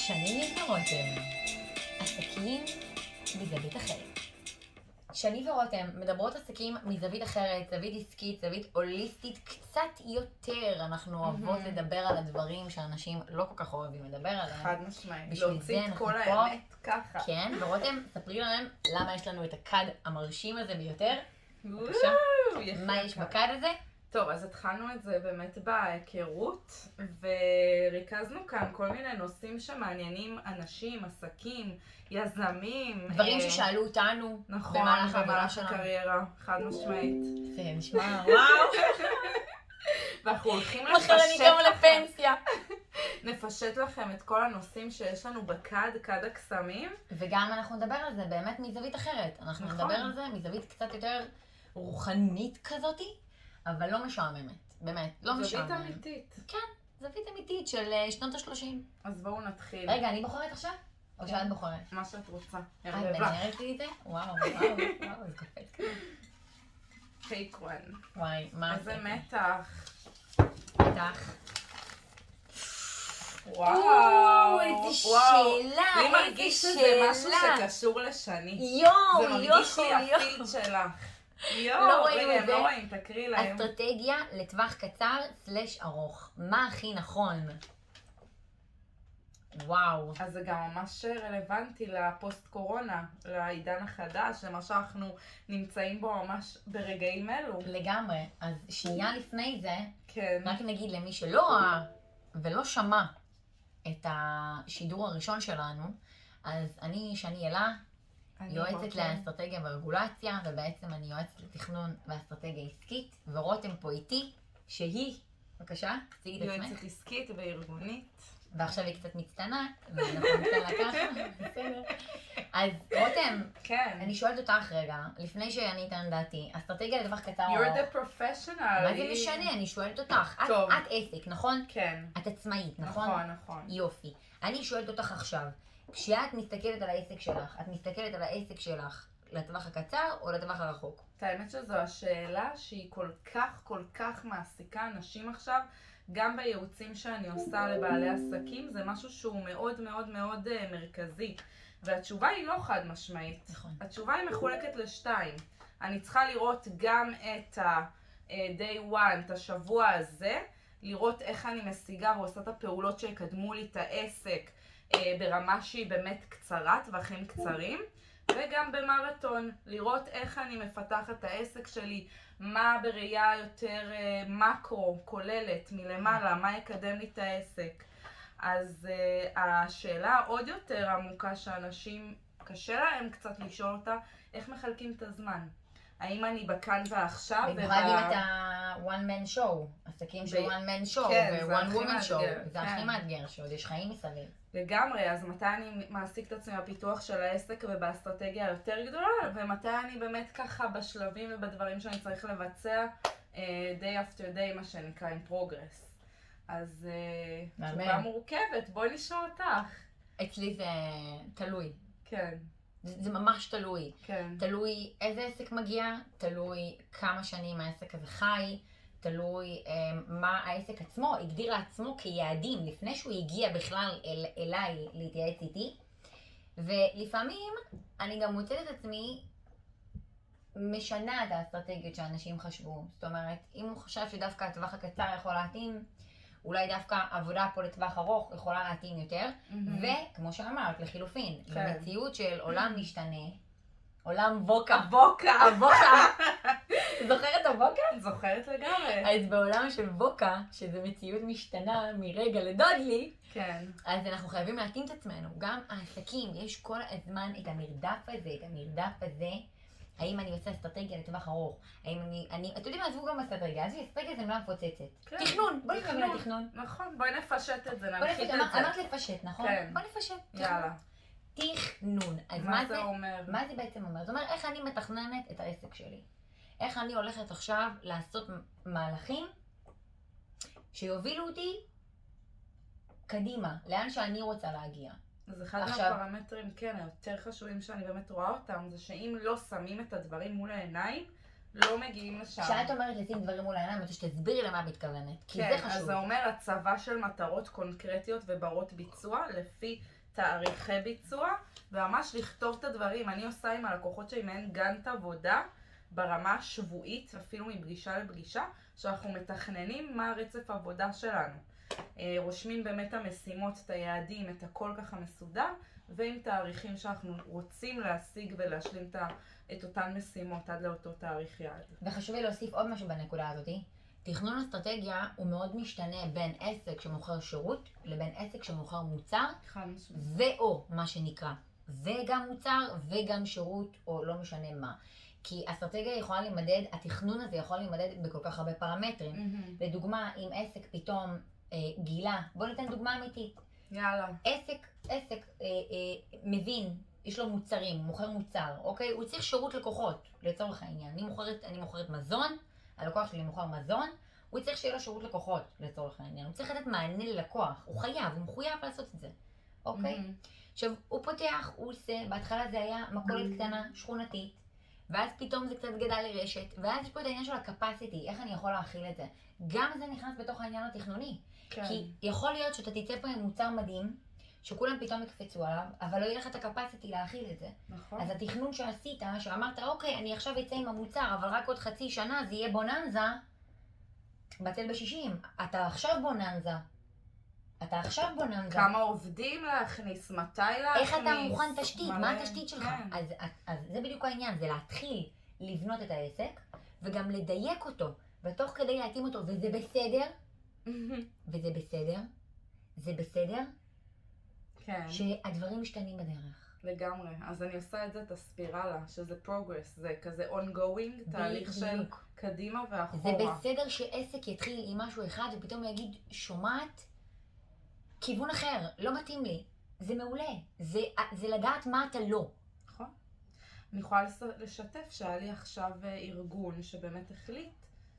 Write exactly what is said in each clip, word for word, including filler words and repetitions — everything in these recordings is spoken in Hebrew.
שני ורותם, עסקים מזווית אחרת. שני ורותם מדברות עסקים מזווית אחרת, זווית עסקית, זווית הוליסטית, קצת יותר. אנחנו אוהבות לדבר על הדברים שאנשים לא כל כך אוהבים לדבר עליהם. חד משמעית, להוציא את כל האמת ככה. כן, ורותם, ספרי להם למה יש לנו את הקד המרשים הזה ביותר. בבקשה, מה יש בקד הזה? טוב, אז התחלנו את זה באמת בהיכרות, וריכזנו כאן כל מיני נושאים שמעניינים אנשים, עסקים, יזמים. דברים ששאלו אותנו במהלך העבודה שלנו. הקריירה, חד משמעית. זה נשמע, וואו. ואנחנו הולכים מחר אני לפשט גם לכם, לפנסיה. נפשט לכם את כל הנושאים שיש לנו בקד, קד הקסמים. וגם אנחנו נדבר על זה באמת מזווית אחרת. אנחנו נכון. נדבר על זה מזווית קצת יותר רוחנית כזאתי, אבל לא משעממת. באמת, לא משעממת. זווית אמיתית. כן, זווית אמיתית של אה, שנות ה-שלושים. אז בואו נתחיל. רגע, אני בוחרת עכשיו? או שאת בוחרת? מה שאת רוצה. את ערב לך. מנהרת לי את זה? וואו, וואו, וואו, זה קופץ כזה. טייק וואן. וואי, מה איזה זה? מתח. בטח. וואו. איזה וואו. שאלה, לי איזה מרגיש שזה שאלה. משהו שקשור לשני. יואו, זה מרגיש לי יואו, יואו. הפילד שלך. יואו, לא רואים רגע, את הם זה. לא רואים, תקריא להם. אסטרטגיה לטווח קצר סלש ארוך. מה הכי נכון? וואו. אז זה גם ממש רלוונטי לפוסט קורונה, לעידן החדש, למה שאנחנו נמצאים בו ממש ברגעים אלו. לגמרי. אז שנייה לפני זה, כן. רק נגיד למי שלא ראה ולא שמע את השידור הראשון שלנו, אז אני, שני אלה, אני יועצת רותם. לאסטרטגיה ורגולציה, ובעצם אני יועצת לתכנון ואסטרטגיה עסקית, ורותם פה איתי, שהיא, בבקשה, תציגי את עצמך. יועצת עסקית וארגונית. ועכשיו היא קצת מצטנה, ואנחנו ניתן לה ככה, בסדר. אז רותם, כן. אני שואלת אותך רגע, לפני שאני אתן דעתי, אסטרטגיה לטווח קצר או You're ארוך. the professional. מה זה משנה? אני שואלת אותך. את- טוב. את עסק, נכון? כן. את עצמאית, נכון? נכון, נכון. יופי. אני שואלת אותך עכשיו, כשאת מסתכלת על העסק שלך, את מסתכלת על העסק שלך לטווח הקצר או לטווח הרחוק? את האמת שזו השאלה שהיא כל כך כל כך מעסיקה אנשים עכשיו, גם בייעוצים שאני עושה לבעלי עסקים, זה משהו שהוא מאוד מאוד מאוד uh, מרכזי. והתשובה היא לא חד משמעית. נכון. התשובה היא מחולקת לשתיים. אני צריכה לראות גם את ה-day one, את השבוע הזה, לראות איך אני משיגה ועושה את הפעולות שיקדמו לי את העסק uh, ברמה שהיא באמת קצרה, טווחים קצרים. וגם במרתון, לראות איך אני מפתחת את העסק שלי, מה בראייה יותר אה, מקרו, כוללת, מלמעלה, מה יקדם לי את העסק. אז אה, השאלה העוד יותר עמוקה שאנשים, קשה להם קצת לשאול אותה, איך מחלקים את הזמן? האם אני בכאן ועכשיו? במיוחד אם אתה one man show, עסקים של ב- one man show כן, זה ו-one הכי woman show, מאתגר, זה הכי כן. מאתגר שעוד יש חיים מסביב. לגמרי, אז מתי אני מעסיק את עצמי בפיתוח של העסק ובאסטרטגיה היותר גדולה, ומתי אני באמת ככה בשלבים ובדברים שאני צריך לבצע uh, day after day, מה שנקרא, עם פרוגרס. אז uh, מאמן. תשובה מורכבת, בואי נשאל אותך. אצלי זה תלוי, כן, זה זה ממש תלוי. כן. תלוי איזה עסק מגיע, תלוי כמה שנים העסק הזה חי, תלוי אה, מה העסק עצמו הגדיר לעצמו כיעדים לפני שהוא הגיע בכלל אל, אליי להתייעץ איתי. ולפעמים אני גם מוצאת את עצמי משנה את האסטרטגיות שאנשים חשבו. זאת אומרת, אם הוא חשב שדווקא הטווח הקצר יכול להתאים, אולי דווקא עבודה פה לטווח ארוך יכולה להתאים יותר. וכמו שאמרת, לחילופין, כן. במציאות של עולם משתנה, עולם בוקה, בוקה. הבוקה, זוכרת הבוקה? זוכרת לגמרי. אז בעולם של בוקה, שזה מציאות משתנה מרגע לדודלי, כן. אז אנחנו חייבים להתאים את עצמנו. גם העסקים, יש כל הזמן את המרדף הזה, את המרדף הזה. האם אני עושה אסטרטגיה לטווח ארוך? האם אני, אני, אתם יודעים מה, עזבו גם אסטרטגיה, אז אסטרטגיה זה מילה מפוצצת. כן. תכנון, בואי נתחיל תכנון. לתכנון. נכון, בואי נפשט את זה, בואי ננחית נפשט, את זה. אמרת לפשט, נכון? כן. בואי נפשט. יאללה. תכנון. אז מה זה אומר? מה זה בעצם אומר? זאת אומרת, איך אני מתכננת את העסק שלי? איך אני הולכת עכשיו לעשות מהלכים שיובילו אותי קדימה, לאן שאני רוצה להגיע. אז אחד עכשיו- מהפרמטרים, כן, היותר חשובים שאני באמת רואה אותם, זה שאם לא שמים את הדברים מול העיניים, לא מגיעים לשם. כשאת אומרת לשים דברים מול העיניים, אני רוצה שתסבירי למה את מתכוונת, כי כן, זה אז חשוב. זה אומר הצבה של מטרות קונקרטיות וברות ביצוע לפי תאריכי ביצוע, וממש לכתוב את הדברים. אני עושה עם הלקוחות שלי מעין גאנט עבודה ברמה השבועית, אפילו מפגישה לפגישה, שאנחנו מתכננים מה הרצף העבודה שלנו. רושמים באמת המשימות, את היעדים, את הכל ככה מסודר, ועם תאריכים שאנחנו רוצים להשיג ולהשלים את אותן משימות עד לאותו תאריך יעד. וחשוב לי להוסיף עוד משהו בנקודה הזאת. תכנון אסטרטגיה הוא מאוד משתנה בין עסק שמוכר שירות לבין עסק שמוכר מוצר, ואו מה שנקרא, וגם מוצר וגם שירות או לא משנה מה. כי אסטרטגיה יכולה להימדד, התכנון הזה יכול להימדד בכל כך הרבה פרמטרים. Mm-hmm. לדוגמה, אם עסק פתאום אה, גילה, בוא ניתן דוגמה אמיתית. יאללה. עסק, עסק אה, אה, מבין, יש לו מוצרים, הוא מוכר מוצר, אוקיי? הוא צריך שירות לקוחות, לצורך העניין. אני מוכרת, אני מוכרת מזון, הלקוח שלי מוכר מזון, הוא צריך שיהיה לו שירות לקוחות, לצורך העניין. הוא צריך לתת מענה ללקוח, הוא חייב, הוא מחויב לעשות את זה, אוקיי? Mm-hmm. עכשיו, הוא פותח, הוא עושה, בהתחלה זה היה מכולת mm-hmm. קטנה, שכונתית, ואז פתאום זה קצת גדל לרשת, ואז יש פה את העניין של הקפסיטי, איך אני יכול להכיל את זה. גם זה נכנס בתוך העניין התכנוני. כן. כי יכול להיות שאתה תצא פה עם מוצר מדהים, שכולם פתאום יקפצו עליו, אבל לא יהיה לך את הקפסיטי להכיל את זה. נכון. אז התכנון שעשית, שאמרת, אוקיי, אני עכשיו אצא עם המוצר, אבל רק עוד חצי שנה זה יהיה בוננזה, בטל בשישים. אתה עכשיו בוננזה. אתה עכשיו בוננזה. כמה עובדים להכניס, מתי להכניס. איך אתה מוכן תשתית, מה התשתית שלך. כן. אז, אז זה בדיוק העניין, זה להתחיל לבנות את העסק, וגם לדייק אותו, ותוך כדי להתאים אותו, וזה בסדר, וזה בסדר, זה בסדר, כן. שהדברים משתנים בדרך. לגמרי. אז אני עושה את זה, את הספירלה, שזה progress, זה כזה ongoing, תהליך של קדימה ואחורה. זה בסדר שעסק יתחיל עם משהו אחד, ופתאום יגיד, שומעת, כיוון אחר, לא מתאים לי. זה מעולה. זה, זה לדעת מה אתה לא. נכון. אני יכולה לשתף שהיה לי עכשיו ארגון שבאמת החליט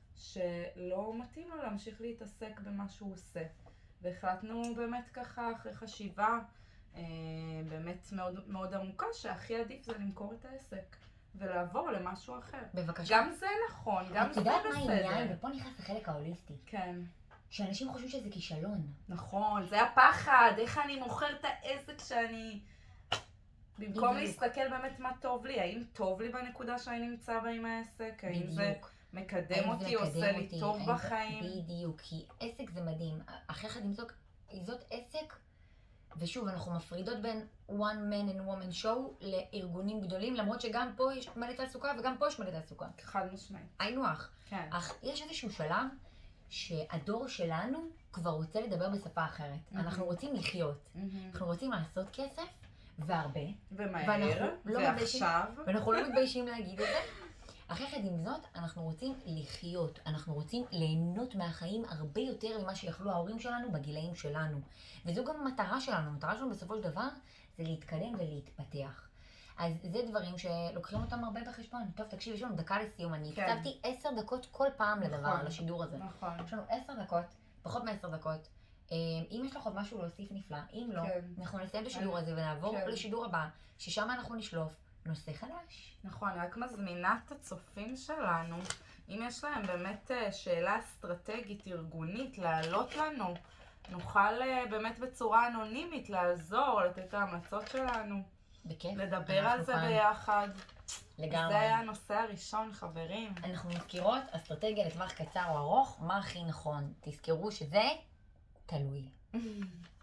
שלא מתאים לו להמשיך להתעסק במה שהוא עושה. והחלטנו באמת ככה אחרי חשיבה אה, באמת מאוד, מאוד עמוקה שהכי עדיף זה למכור את העסק ולעבור למשהו אחר. בבקשה. גם זה נכון, גם זה בסדר. את יודעת מה העניין? ופה נכנס לחלק ההוליסטי. כן. שאנשים חושבים שזה כישלון. נכון, זה הפחד, איך אני מוכר את העסק שאני... במקום להסתכל באמת מה טוב לי, האם טוב לי בנקודה שאני נמצא בה עם העסק, האם זה מקדם אותי, עושה לי טוב בחיים. בדיוק, כי עסק זה מדהים. אחרי אחד עם זאת עסק, ושוב, אנחנו מפרידות בין one man and woman show לארגונים גדולים, למרות שגם פה יש מלא תעסוקה וגם פה יש מלא תעסוקה. חד משמעית. היינו אח. כן. אך יש איזשהו שלב שהדור שלנו כבר רוצה לדבר בשפה אחרת. Mm-hmm. אנחנו רוצים לחיות. Mm-hmm. אנחנו רוצים לעשות כסף, והרבה. ומהר, ועכשיו. לא ואנחנו לא מתביישים להגיד את זה. אחרי אחד עם זאת, אנחנו רוצים לחיות. אנחנו רוצים ליהנות מהחיים הרבה יותר ממה שיכלו ההורים שלנו בגילאים שלנו. וזו גם המטרה שלנו. המטרה שלנו בסופו של דבר זה להתקדם ולהתפתח. אז זה דברים שלוקחים אותם הרבה בחשבון. טוב, תקשיב, יש לנו דקה לסיום. אני כן. הקצבתי עשר דקות כל פעם לדבר, נכון, לשידור הזה. נכון. יש לנו עשר דקות, פחות מעשר דקות. אם יש לך עוד משהו להוסיף נפלא, אם לא, כן. אנחנו נסיים את השידור הזה ונעבור כן. לשידור הבא, ששם אנחנו נשלוף נושא חדש. נכון, רק מזמינה את הצופים שלנו, אם יש להם באמת שאלה אסטרטגית, ארגונית, לעלות לנו, נוכל באמת בצורה אנונימית לעזור, לתת את ההמלצות שלנו. בכיף. לדבר על זה ביחד. לגמרי. זה היה הנושא הראשון, חברים. אנחנו מזכירות, אסטרטגיה לטווח קצר או ארוך, מה הכי נכון. תזכרו שזה תלוי.